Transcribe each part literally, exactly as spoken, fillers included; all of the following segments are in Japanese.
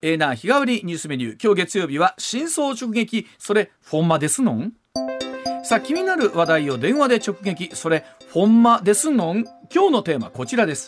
えー、な日替わりニュースメニュー、今日月曜日は真相直撃、それフォンマですのん。さあ気になる話題を電話で直撃、それフォンマですのん。今日のテーマこちらです。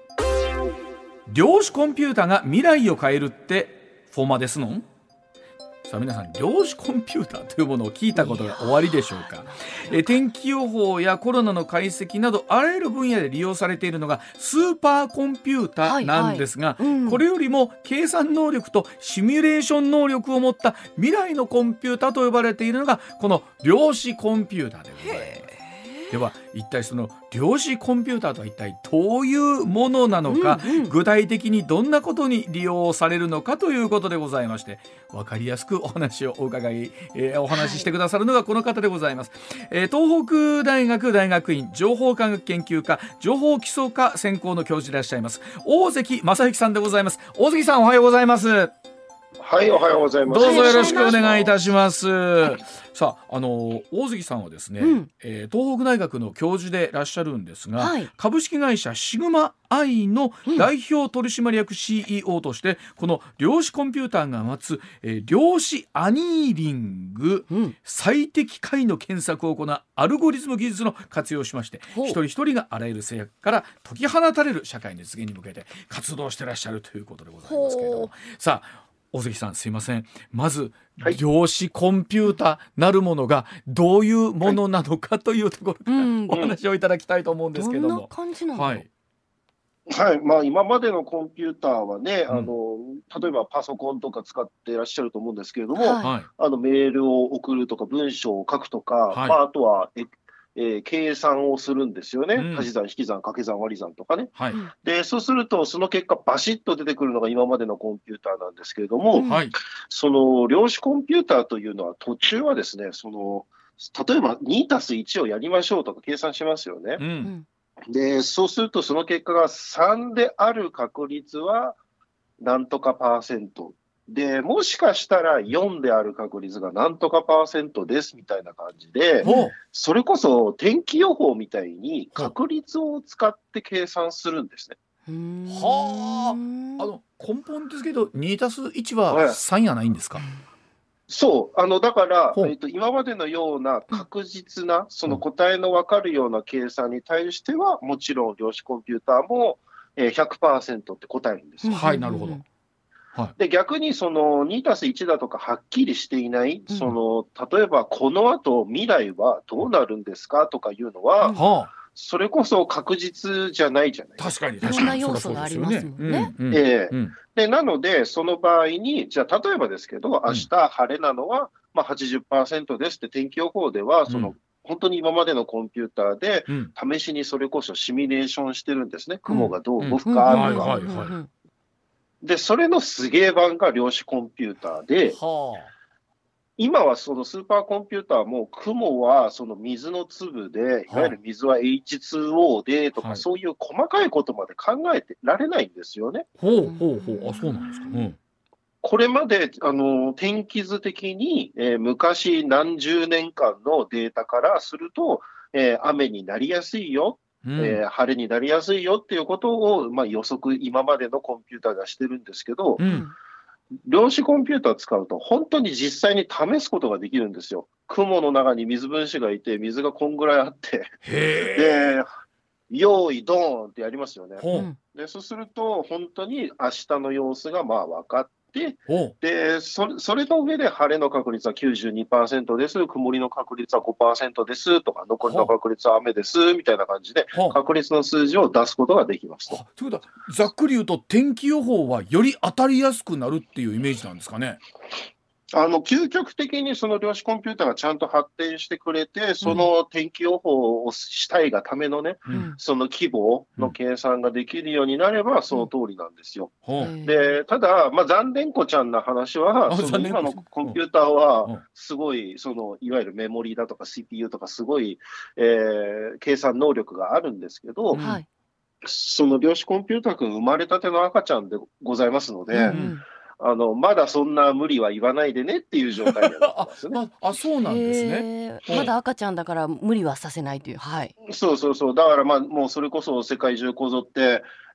量子コンピュータが未来を変えるってフォンマですのん。さあ皆さん、量子コンピューターというものを聞いたことがおありでしょうか。え天気予報やコロナの解析などあらゆる分野で利用されているのがスーパーコンピューターなんですが、はいはい、うん、これよりも計算能力とシミュレーション能力を持った未来のコンピューターと呼ばれているのがこの量子コンピューターでございます。では一体その量子コンピューターとは一体どういうものなのか、うんうん、具体的にどんなことに利用されるのかということでございまして、分かりやすくお話をお伺い、えー、お話ししてくださるのがこの方でございます、えー、東北大学大学院情報科学研究科情報基礎科専攻の教授でいらっしゃいます大関正幸さんでございます。大関さん、おはようございます。 はい、おはようございます。 どうぞよろしくお願いいたします。さあ、あの大関さんはですね、うん、えー、東北大学の教授でいらっしゃるんですが、はい、株式会社シグマアイの代表取締役 シーイーオー として、うん、この量子コンピューターが持つ、えー、量子アニーリング、うん、最適解の検索を行うアルゴリズム技術の活用をしまして、一人一人があらゆる制約から解き放たれる社会の実現に向けて活動していらっしゃるということでございますけれども、さあ大関さん、すいません、まず、はい、量子コンピューターなるものがどういうものなのかというところから、はい、お話をいただきたいと思うんですけども、どんな感じなの？はいはい、まあ、今までのコンピューターはね、うん、あの例えばパソコンとか使っていらっしゃると思うんですけれども、はい、あのメールを送るとか文章を書くとか、はい、まあ、あとはええー、計算をするんですよね、うん、足し算引き算掛け算割り算とかね、はい、でそうするとその結果バシッと出てくるのが今までのコンピューターなんですけれども、はい、その量子コンピューターというのは途中はですね、その例えば にたすいち をやりましょうとか計算しますよね、うん、でそうするとその結果がさんである確率はなんとかパーセントで、もしかしたらよんである確率がなんとかパーセントですみたいな感じで、それこそ天気予報みたいに確率を使って計算するんですね。 はあ、あの根本ですけど にたすいち はさんやないんですか？はい、 そうあのだから、えーと、今までのような確実なその答えの分かるような計算に対してはもちろん量子コンピューターも ひゃくパーセント って答えるんですよ。 はい、なるほど。 はい、で逆にその にたすいち だとかはっきりしていない、うん、その例えばこの後未来はどうなるんですかとかいうのは、うん、それこそ確実じゃないじゃないですか。 確かに確かにいろんな要素がありますもんね。 でなのでその場合にじゃあ例えばですけど明日晴れなのは、まあ、はちじゅっパーセント ですって天気予報ではその、うん、本当に今までのコンピューターで試しにそれこそシミュレーションしてるんですね、うん、雲がどう動くかとか。でそれのすげえ版が量子コンピューターで、はあ、今はそのスーパーコンピューターも雲はその水の粒で、いわゆる水は エイチツーオー でとか、はい、そういう細かいことまで考えてられないんですよね。 ほうほうほう、あ、そうなんですか。うん、 これまであの天気図的に、えー、昔何十年間のデータからすると、えー、雨になりやすいよ、うん、えー、晴れになりやすいよっていうことを、まあ、予測今までのコンピューターがしてるんですけど、うん、量子コンピューターを使うと本当に実際に試すことができるんですよ。雲の中に水分子がいて水がこんぐらいあってで用意ドーンってやりますよね。でそうすると本当に明日の様子がまあ分かってで そ, それの上で晴れの確率は きゅうじゅうにパーセント です、曇りの確率は ごパーセント ですとか、残りの確率は雨ですみたいな感じで確率の数字を出すことができますと。 ということはざっくり言うと天気予報はより当たりやすくなるっていうイメージなんですかね。 あの究極的にその量子コンピューターがちゃんと発展してくれて、その天気予報をしたいがためのね、うん、その規模の計算ができるようになればその通りなんですよ。うん、でただ、まあ、残念子ちゃんな話は、その今のコンピューターはすごいそのいわゆるメモリーだとか シーピーユー とかすごい、えー、計算能力があるんですけど、うん、その量子コンピューター君生まれたての赤ちゃんでございますので、うん、あのまだそんな無理は言わないでねっていう状態になってますね。 あ, あそうなんですね。 まだ赤ちゃんだから無理はさせないという、はい、 そうそうそう、だからまあもうそれこそ世界中こぞって、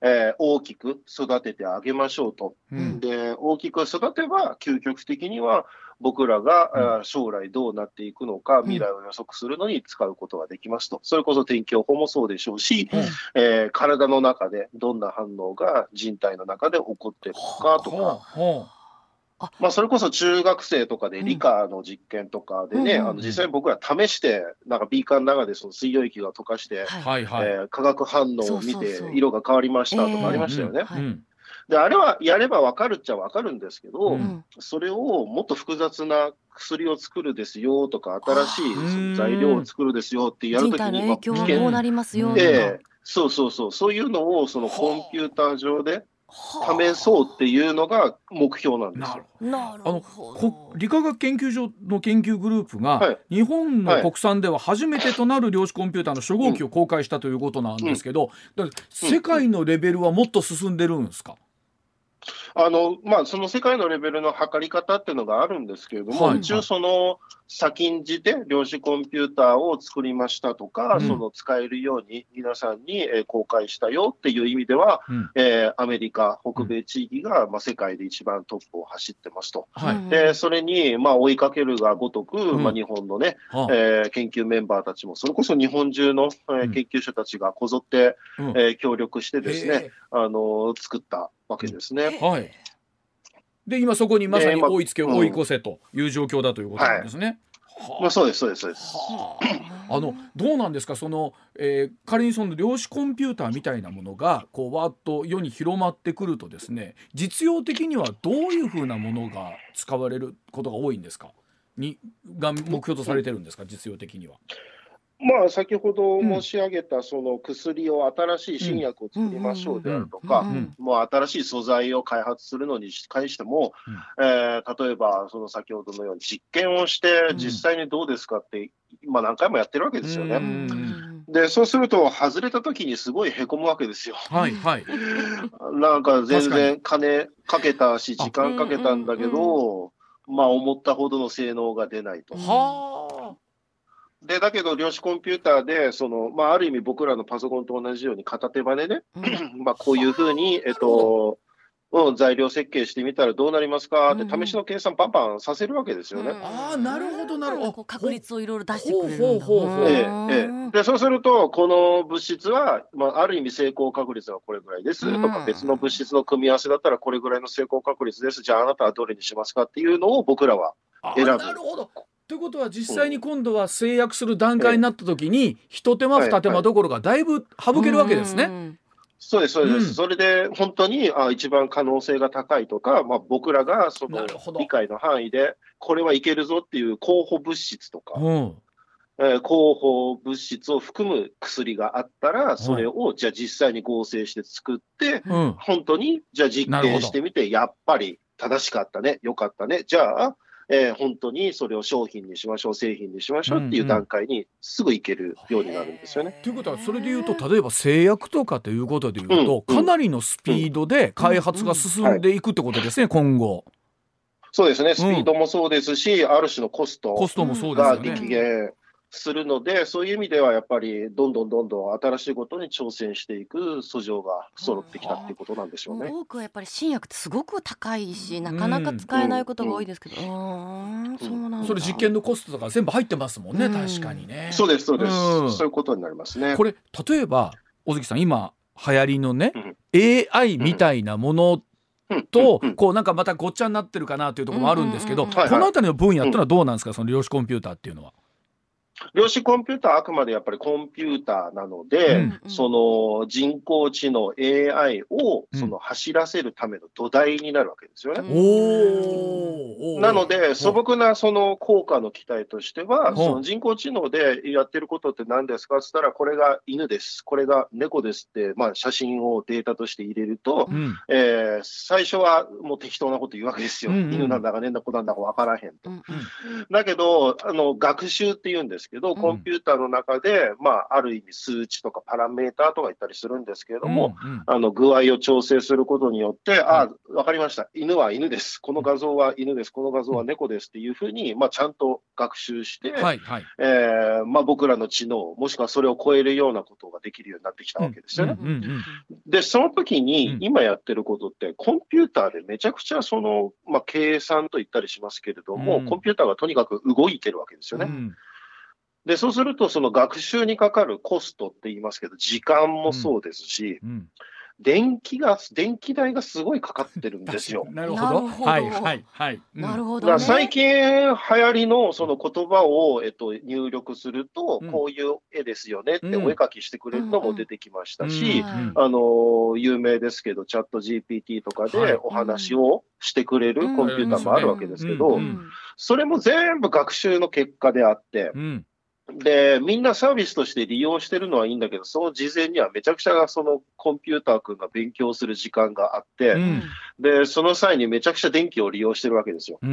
えー、大きく育ててあげましょうと、 うん、 で大きく育てば究極的には僕らが、うん、将来どうなっていくのか未来を予測するのに使うことができますと、それこそ天気予報もそうでしょうし、うん、えー、体の中でどんな反応が人体の中で起こっているのかとか、まあ、それこそ中学生とかで理科の実験とかでね、うん、あの実際僕ら試してなんかビーカーの中でその水溶液が溶かして、はいはい、えー、化学反応を見て色が変わりましたとかありましたよね。であれはやれば分かるっちゃ分かるんですけど、うん、それをもっと複雑な薬を作るですよとか新しいその材料を作るですよってやるときに、 人体の影響はどうなりますよとか、 えー、そうそうそうそういうのをそのコンピューター上で試そうっていうのが目標なんですよ。 なるほど。 理化学研究所の研究グループが、はい、日本の国産では初めてとなる量子コンピューターの初号機を公開したということなんですけど、うん、だから世界のレベルはもっと進んでるんですか？ あのまあ、その世界のレベルの測り方っていうのがあるんですけれども、はいはい、一応その先んじて量子コンピューターを作りましたとか、うん、その使えるように皆さんに、えー、公開したよっていう意味では、うん、えー、アメリカ北米地域が、まあ、世界で一番トップを走ってますと、はい、でそれに、まあ、追いかけるがごとく、うん、まあ、日本のね、えー、研究メンバーたちもそれこそ日本中の、えー、研究者たちがこぞって、うん、えー、協力してですね、あのー、作ったわけですね。 はい、で今そこにまさに追いつけ、追い越せという状況だということなんですね。はいはあ、まあ、そうですそうですそうです。 はあ、あのどうなんですか、その、えー、仮にその量子コンピューターみたいなものがこうわーっと世に広まってくるとですね、実用的にはどういうふうなものが使われることが多いんですか、にが目標とされてるんですか、実用的には。 まあ、先ほど申し上げたその薬を新しい新薬を作りましょうであるとか、もう新しい素材を開発するのに関しても、うん、えー、例えばその先ほどのように実験をして実際にどうですかって今何回もやってるわけですよね。うん、でそうすると外れた時にすごいへこむわけですよ。はいはい、なんか全然金かけたし時間かけたんだけど、まあ思ったほどの性能が出ないと。はあ。でだけど量子コンピューターでその、まあ、ある意味僕らのパソコンと同じように片手羽でね、うん、まあこういうふうに、えっとうん、材料設計してみたらどうなりますかって試しの計算パンパンさせるわけですよね。うん、 ああなるほどなるほど。 確率をいろいろ出してくれるんだ。 ええええ、でそうするとこの物質は、まあ、ある意味成功確率はこれぐらいですとか、別の物質の組み合わせだったらこれぐらいの成功確率です、じゃああなたはどれにしますかっていうのを僕らは選ぶ。 なるほど。ということは実際に今度は制約する段階になった時に、うん、一手間二手間どころかだいぶ省けるわけですね。はいはい、 そうですそうです、うん、それで本当にあ一番可能性が高いとか、まあ、僕らがその理解の範囲でこれはいけるぞっていう候補物質とか、うん、えー、候補物質を含む薬があったらそれをじゃあ実際に合成して作って、うん、本当にじゃあ実験してみてやっぱり正しかったね、よかったね、じゃあえー、本当にそれを商品にしましょう、製品にしましょうっていう段階にすぐ行けるようになるんですよね。 ということはそれでいうと例えば製薬とかということでいうと、うん、かなりのスピードで開発が進んでいくってことですね、うんうん、今後。 そうですね、スピードもそうですし、うん、ある種のコストが激減するので、そういう意味ではやっぱりどんどんどんどん新しいことに挑戦していく素性が揃ってきたっていうことなんでしょうね。 多くはやっぱり新薬ってすごく高いし、なかなか使えないことが多いですけど、うんうんうん、そうなんだ。 それ実験のコストとか全部入ってますもんね、うん、確かにね。 そうですそうです、うん、そういうことになりますね。 これ例えば尾関さん今流行りのね、うん、エーアイ みたいなものと、うん、こうなんかまたごっちゃになってるかなというところもあるんですけど、このあたりの分野ってのはどうなんですか、その量子コンピューターっていうのは。 量子コンピューターはあくまでやっぱりコンピューターなので、うん、その人工知能 エーアイ をその走らせるための土台になるわけですよね。うん、なので素朴なその効果の期待としては、うん、その人工知能でやってることって何ですかって言ったら、これが犬です、これが猫ですって、まあ、写真をデータとして入れると、うん、えー、最初はもう適当なこと言うわけですよ。うんうん、犬なんだか猫なんだか分からへんと。うんうん、だけどあの学習っていうんですけどけど、うん、コンピューターの中で、まあ、ある意味数値とかパラメーターとか言ったりするんですけれども、うんうん、あの具合を調整することによって、はい、ああ、わかりました。犬は犬です。この画像は犬です。この画像は猫ですっていうふうに、まあ、ちゃんと学習して、はいはい、えーまあ、僕らの知能、もしくはそれを超えるようなことができるようになってきたわけですよね。うんうんうんうん、で、その時に今やってることって、コンピューターでめちゃくちゃその、まあ、計算と言ったりしますけれども、うん、コンピューターがとにかく動いてるわけですよね。うん、で、そうすると、その学習にかかるコストって言いますけど、時間もそうですし、うんうん電気が、電気代がすごいかかってるんですよ。 なるほど。はいはいはい。 なるほど、ね。 最近流行りのその言葉を、えっと、入力すると、うん、こういう絵ですよねってお絵描きしてくれるのも出てきましたし、うんうん、あの、有名ですけど、チャット ジーピーティー とかでお話をしてくれるコンピューターもあるわけですけど、それも全部学習の結果であって、うんで、みんなサービスとして利用してるのはいいんだけど、その事前にはめちゃくちゃそのコンピューター君が勉強する時間があって、うん、で、その際にめちゃくちゃ電気を利用してるわけですよ。うん、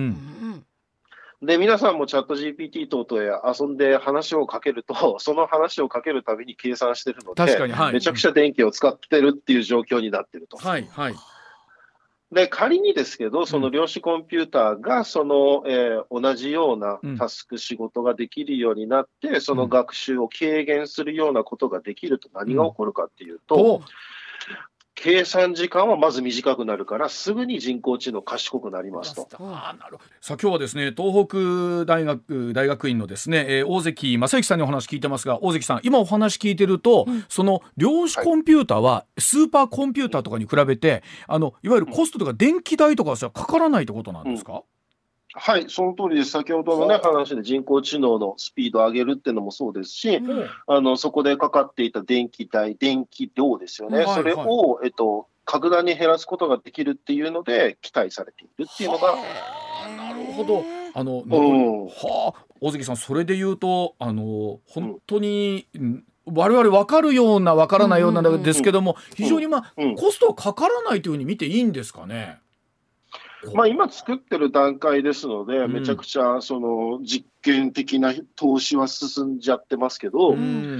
で、皆さんもチャット ジーピーティー 等々や遊んで話をかけると、その話をかけるたびに計算してるので、確かに、はい、めちゃくちゃ電気を使ってるっていう状況になってると。はい、はい。で、仮にですけど、その量子コンピューターが、その、えー、同じようなタスク、仕事ができるようになって、その学習を軽減するようなことができると何が起こるかっていうと、計算時間はまず短くなるから、すぐに人工知能賢くなりますと。 あ、なるほど。さあ今日はですね、東北大学大学院のですね、えー、大関正幸さんにお話聞いてますが、大関さん、今お話聞いてると、うん、その量子コンピューターはスーパーコンピューターとかに比べて、あのいわゆるコストとか電気代とかはかからないってことなんですか？うん、 はい、その通りです。先ほどの、ね、話で人工知能のスピードを上げるっていうのもそうですし、うん、あのそこでかかっていた電気代、電気量ですよね、はいはい、それを、えっと、格段に減らすことができるっていうので期待されているっていうのが。 なるほど。あの、うん、はあ、大関さん、それで言うと、あの本当に、うん、我々分かるような分からないようなんですけども、非常に、まあ、うん、コストはかからないというふうに見ていいんですかね？ まあ、今作ってる段階ですので、うん、めちゃくちゃその実験的な投資は進んじゃってますけど、うん、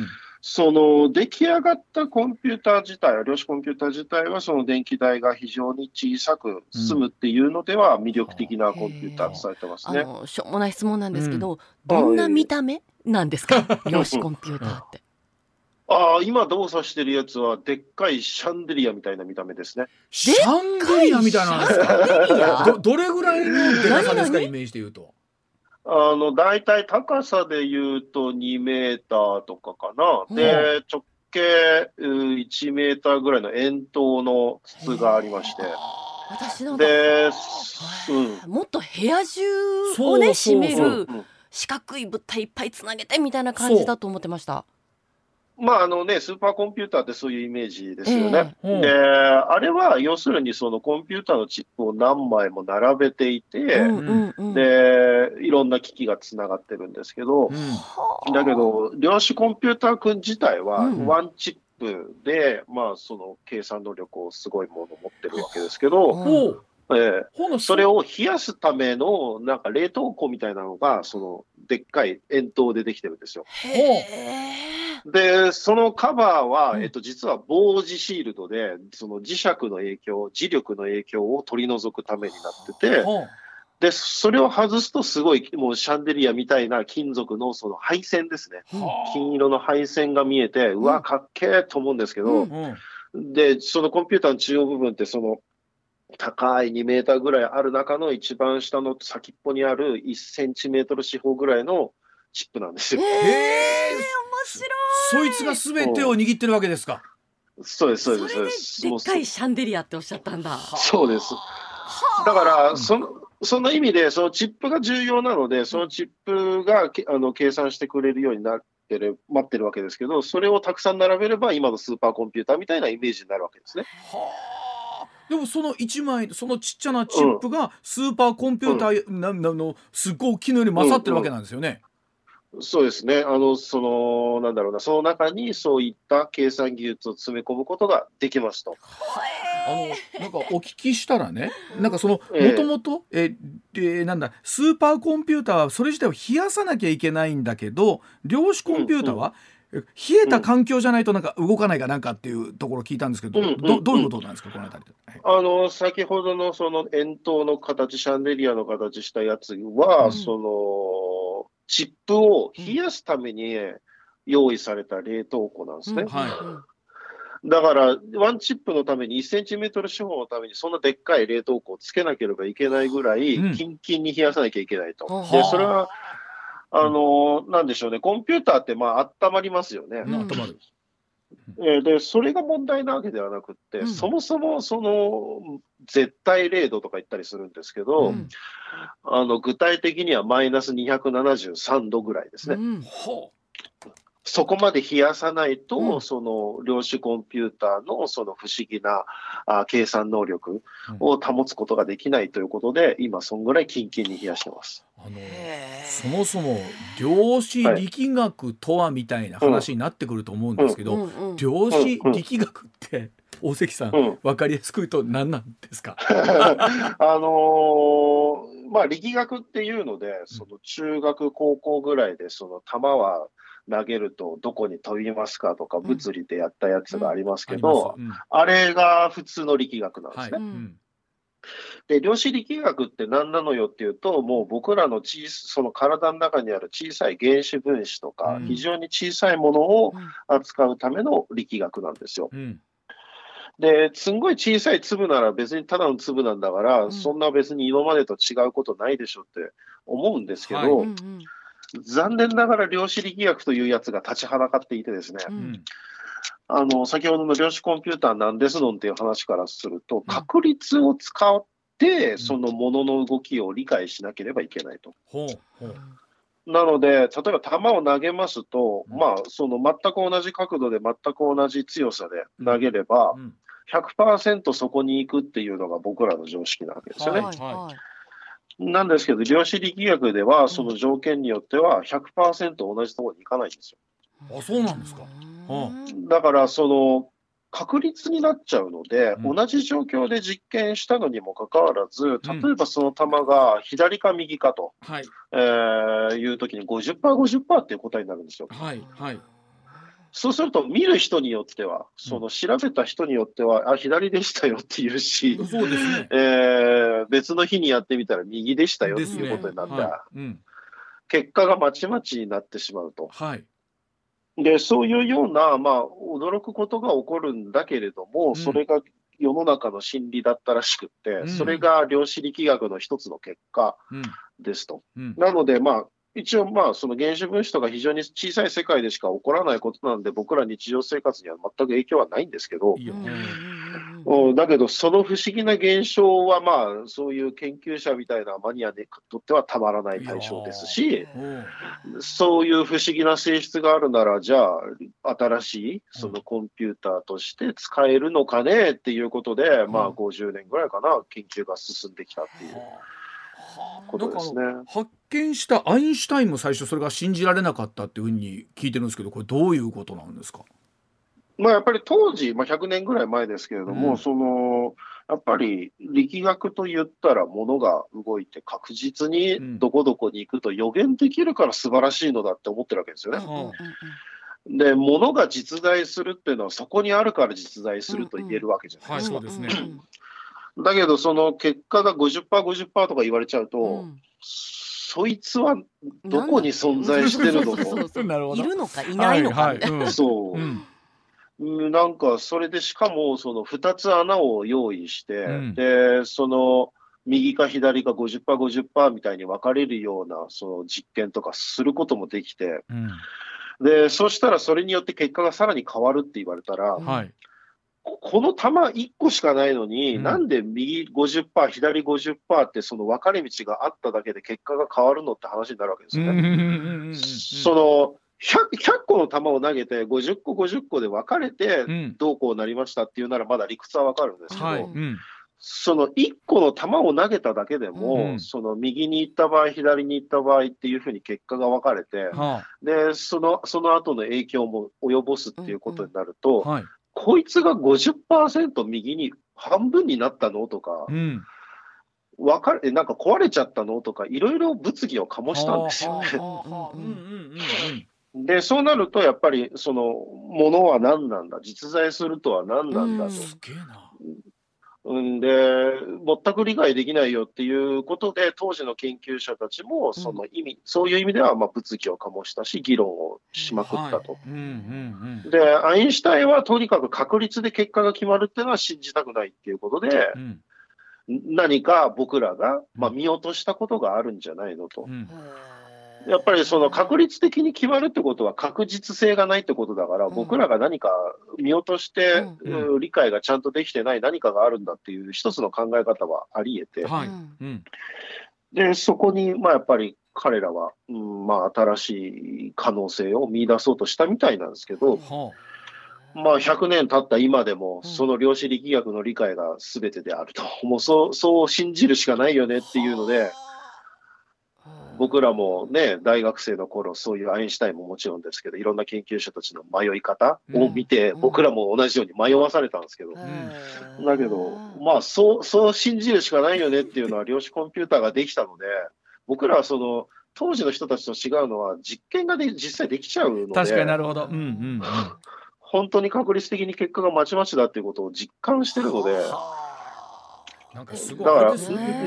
その出来上がったコンピューター自体は、量子コンピューター自体はその電気代が非常に小さく済むっていうのでは魅力的なコンピューターとされてますね。 あのしょうもない質問なんですけど、うん、どんな見た目なんですか、量子コンピューターって。 ああ、今動作してるやつはでっかいシャンデリアみたいな見た目ですね。 シャンデリアみたいなんですか？ど, どれぐらいのでかさですか？イメージで言うと。 あのだいたい高さで言うとにメーターとかかな。うん、で直径いちメーターぐらいの円筒の筒がありまして。 私なんかで、 うん、もっと部屋中をね占める四角い物体いっぱいつなげてみたいな感じだと思ってました。 まああのね、スーパーコンピューターってそういうイメージですよね。えー、で、あれは要するにそのコンピューターのチップを何枚も並べていて、うんうんうん、で、いろんな機器がつながってるんですけど、うん、だけど、量子コンピューター君自体はワンチップで、うん、まあその計算能力をすごいものを持ってるわけですけど、うんええ、それを冷やすためのなんか冷凍庫みたいなのがそのでっかい円筒でできてるんですよ。でそのカバーは、えっと、実は防磁シールドでその磁石の影響磁力の影響を取り除くためになってて、でそれを外すとすごいもうシャンデリアみたいな金属のその配線ですね、金色の配線が見えてうわかっけーと思うんですけど、でそのコンピューターの中央部分ってその高いにメーターぐらいある中の一番下の先っぽにあるいちセンチメートル四方ぐらいのチップなんですよ。 へー、面白い。 そいつが全てを握ってるわけですか？ そうですそうですそうです。 それででっかいシャンデリアっておっしゃったんだ。 そうです。だからそのその意味でそのチップが重要なので、そのチップがあの計算してくれるようになってる待ってるわけですけど、それをたくさん並べれば今のスーパーコンピューターみたいなイメージになるわけですね。 はあ。でもそのいちまいそのちっちゃなチップがスーパーコンピューター、うん、ななのすっごい大きいのより勝ってるわけなんですよね。 うんうん、そうですね。あのそのなんだろうな、その中にそういった計算技術を詰め込むことができますと。 あのなんかお聞きしたらね、なんかそのもともとええなんだスーパーコンピューターはそれ自体を冷やさなきゃいけないんだけど、量子コンピューターは、うんうん、冷えた環境じゃないとなんか動かないかなんかっていうところ聞いたんですけど、うんうんうん、ど, どういうことなんですかこのあたりで。 はい、あの先ほどのその円筒の形、シャンデリアの形したやつは、うん、そのチップを冷やすために用意された冷凍庫なんですね。うんはい、だからワンチップのためにいちセンチメートル四方のためにそんなでっかい冷凍庫をつけなければいけないぐらい、うん、キンキンに冷やさなきゃいけないと。でそれはあのなんでしょうね、コンピューターってまあ温まりますよね。 うん、温まる。 でそれが問題なわけではなくって、うん、そもそもその絶対零度とか言ったりするんですけど、うん、あの具体的にはマイナスにひゃくななじゅうさんどぐらいですね。うん、そこまで冷やさないと、うん、その量子コンピューターのその不思議なあ計算能力を保つことができないということで、今そんぐらいキンキンに冷やしてます。 あのそもそも量子力学とはみたいな話になってくると思うんですけど、はいうん、量子力学って大関さん、うん、分かりやすく言うと何なんですか？ あのー、まあ力学っていうので、その中学高校ぐらいでその球は投げるとどこに飛びますかとか物理でやったやつがありますけど、うんうん、あ, あれが普通の力学なんですね。はいうんで量子力学って何なのよっていうと、もう僕らの小その体の中にある小さい原子分子とか、うん、非常に小さいものを扱うための力学なんですよ。うん、ですんごい小さい粒なら別にただの粒なんだから、うん、そんな別に今までと違うことないでしょって思うんですけど、はいうんうん、残念ながら量子力学というやつが立ちはだかっていてですね、うんあの先ほどの量子コンピューターなんですのんっていう話からすると、確率を使ってそのものの動きを理解しなければいけないと。うん、ほうほうなので例えば球を投げますと、うん、まあその全く同じ角度で全く同じ強さで投げれば、うんうん、ひゃくパーセント そこに行くっていうのが僕らの常識なわけですよね。はいはい、なんですけど量子力学ではその条件によっては ひゃくパーセント 同じところに行かないんですよ。 あ、そうなんですか。 だからその確率になっちゃうので、うん、同じ状況で実験したのにもかかわらず、例えばその球が左か右かと、うんえー、いうときに ごじゅっパーセントごじゅっパーセント っていう答えになるんですよ。はいはい、そうすると見る人によっては、その調べた人によっては、うん、あ左でしたよって言うし、そうですねえー、別の日にやってみたら右でしたよっていうことになった、ねはいうん、結果がまちまちになってしまうと。はいでそういうような、まあ、驚くことが起こるんだけれども、うん、それが世の中の真理だったらしくって、うん、それが量子力学の一つの結果ですと。うん、なので、まあ、一応、まあ、その原子分子とか非常に小さい世界でしか起こらないことなんで、僕ら日常生活には全く影響はないんですけど、いいよねうん、だけど、その不思議な現象は、まあ、そういう研究者みたいなマニアにとってはたまらない対象ですし、そういう不思議な性質があるなら、じゃあ、新しいそのコンピューターとして使えるのかねっていうことで、うん、まあ、ごじゅうねんぐらいかな、研究が進んできたっていう。ことですね、 発見したアインシュタインも最初それが信じられなかったっていうふうに聞いてるんですけど、これどういうことなんですか？ まあ、やっぱり当時、まあ、ひゃくねんぐらい前ですけれども、うん、そのやっぱり力学といったら物が動いて確実にどこどこに行くと予言できるから素晴らしいのだって思ってるわけですよね。うん、で物が実在するっていうのはそこにあるから実在すると言えるわけじゃないですか。だけどその結果が ごじゅっパーセントごじゅっパーセント とか言われちゃうと、うん、そいつはどこに存在してるのといるのかいないのか、はいはいうん、 そう、うん、なんかそれでしかもそのふたつ穴を用意して、うん、でその右か左か ごじゅっパーセントごじゅっパーセント みたいに分かれるようなその実験とかすることもできて、うん、でそしたらそれによって結果がさらに変わるって言われたら、はいこの球いっこしかないのに、うん、なんで右 ごじゅっパーセント 左 ごじゅっパーセント ってその分かれ道があっただけで結果が変わるのって話になるわけですよね。その 100, ひゃっこの球を投げてごじゅっこごじゅっこで分かれてどうこうなりましたっていうならまだ理屈は分かるんですけど、はいうん、そのいっこの球を投げただけでも、うん、その右に行った場合左に行った場合っていうふうに結果が分かれて、はあ、でそのその後の影響も及ぼすっていうことになると、うんうんはいこいつが ごじゅっパーセント 右に半分になったのとか、うん、わかるなんか壊れちゃったのとか、いろいろ物議を醸したんですよね。で、そうなると、やっぱり、その、ものは何なんだ、実在するとは何なんだと。すげえな。うんで、全く理解できないよっていうことで、当時の研究者たちも、その意味、うん、そういう意味では、まあ、物議を醸したし、議論をしまくったと。で、アインシュタインはとにかく確率で結果が決まるっていうのは信じたくないっていうことで、うん、何か僕らが、まあ、見落としたことがあるんじゃないのと。うん、やっぱりその確率的に決まるってことは確実性がないってことだから、うん、僕らが何か見落として、うん、理解がちゃんとできてない何かがあるんだっていう一つの考え方はあり得て、はいうん、でそこにまあやっぱり彼らは、うんまあ、新しい可能性を見出そうとしたみたいなんですけど、うん、まあひゃくねん経った今でもその量子力学の理解が全てであると、もうそう、そう信じるしかないよねっていうので、僕らもね、大学生の頃、そういうアインシュタインももちろんですけど、いろんな研究者たちの迷い方を見て、うん、僕らも同じように迷わされたんですけど、うん、だけど、まあそう、そう信じるしかないよねっていうのは、量子コンピューターができたので、僕らはその、当時の人たちと違うのは、実験がで実際できちゃうので、 確かになるほど。うんうんうん、 本当に確率的に結果がまちまちだっていうことを実感してるので、 なんかすごいあれですね。 うん、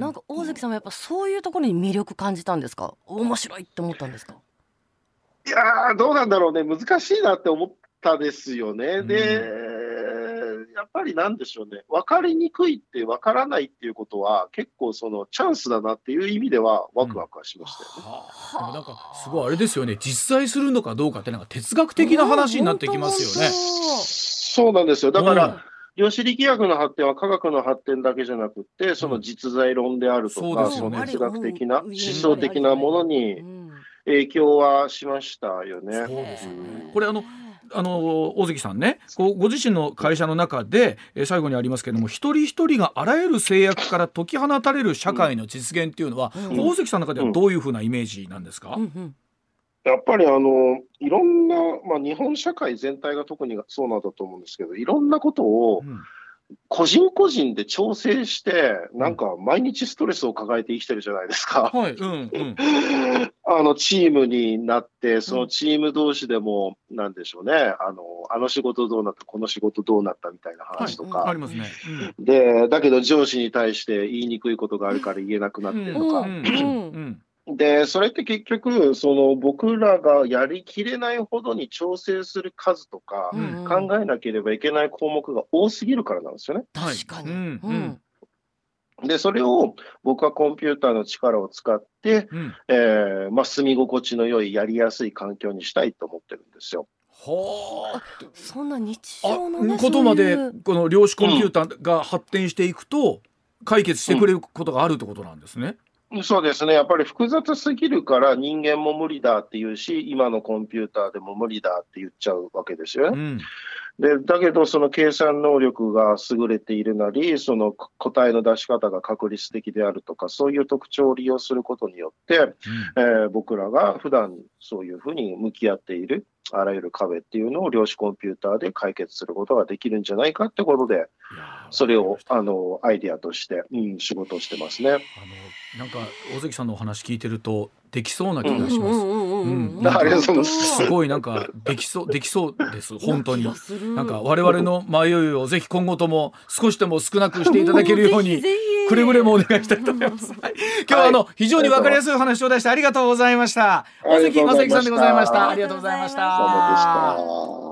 なんか大関さんもやっぱそういうところに魅力感じたんですか？面白いって思ったんですか？ いやーどうなんだろうね、難しいなって思ったですよね。うん、でやっぱりなんでしょうね、分かりにくいって分からないっていうことは結構そのチャンスだなっていう意味ではワクワクはしましたよね。うんはあ、でもなんかすごいあれですよね、実在するのかどうかってなんか哲学的な話になってきますよね。 そうなんですよ。だから、うん量子力学の発展は科学の発展だけじゃなくて、その実在論であるとか、うん、その哲学的な、思想的なものに影響はしましたよね。そうですよね。 これあのあの大関さんね、ご自身の会社の中で最後にありますけれども、一人一人があらゆる制約から解き放たれる社会の実現っていうのは、うん、大関さんの中ではどういうふうなイメージなんですか？うんうんやっぱりあのいろんな、まあ、日本社会全体が特にそうなんだと思うんですけど、いろんなことを個人個人で調整して、うん、なんか毎日ストレスを抱えて生きてるじゃないですか。はいうんうん、あのチームになって、そのチーム同士でも、なんでしょうね、あの、あの仕事どうなった、この仕事どうなったみたいな話とか、はいうん、ありますねうん、でだけど上司に対して言いにくいことがあるから言えなくなってるとか。うんうんうんで、それって結局、その僕らがやりきれないほどに調整する数とか、うん、考えなければいけない項目が多すぎるからなんですよね。 確かに。 うんうん、で、それを僕はコンピューターの力を使って、うんえーまあ、住み心地の良い、やりやすい環境にしたいと思ってるんですよ。 はあ、そんな日常のね、 ことまでこの量子コンピューターが発展していくと、解決してくれることがあるってことなんですね。 うんそうですね。やっぱり複雑すぎるから人間も無理だって言うし、今のコンピューターでも無理だって言っちゃうわけですよね。うん、でだけど、その計算能力が優れているなり、その答えの出し方が確率的であるとか、そういう特徴を利用することによって、うんえー、僕らが普段そういうふうに向き合っているあらゆる壁っていうのを量子コンピューターで解決することができるんじゃないかってことで、それをあのアイデアとして、うん、仕事をしてますね。あのなんか大関さんのお話聞いてるとできそうな気がします。すごいなんかできそうできそうです本当に。なんか我々の迷いをぜひ今後とも少しでも少なくしていただけるようにくれぐれもお願いしたいと思います。はい、今日はあの、はい、非常に分かりやすいお話を出してありがとうございました。大関正樹さんでございました。ありがとうございました。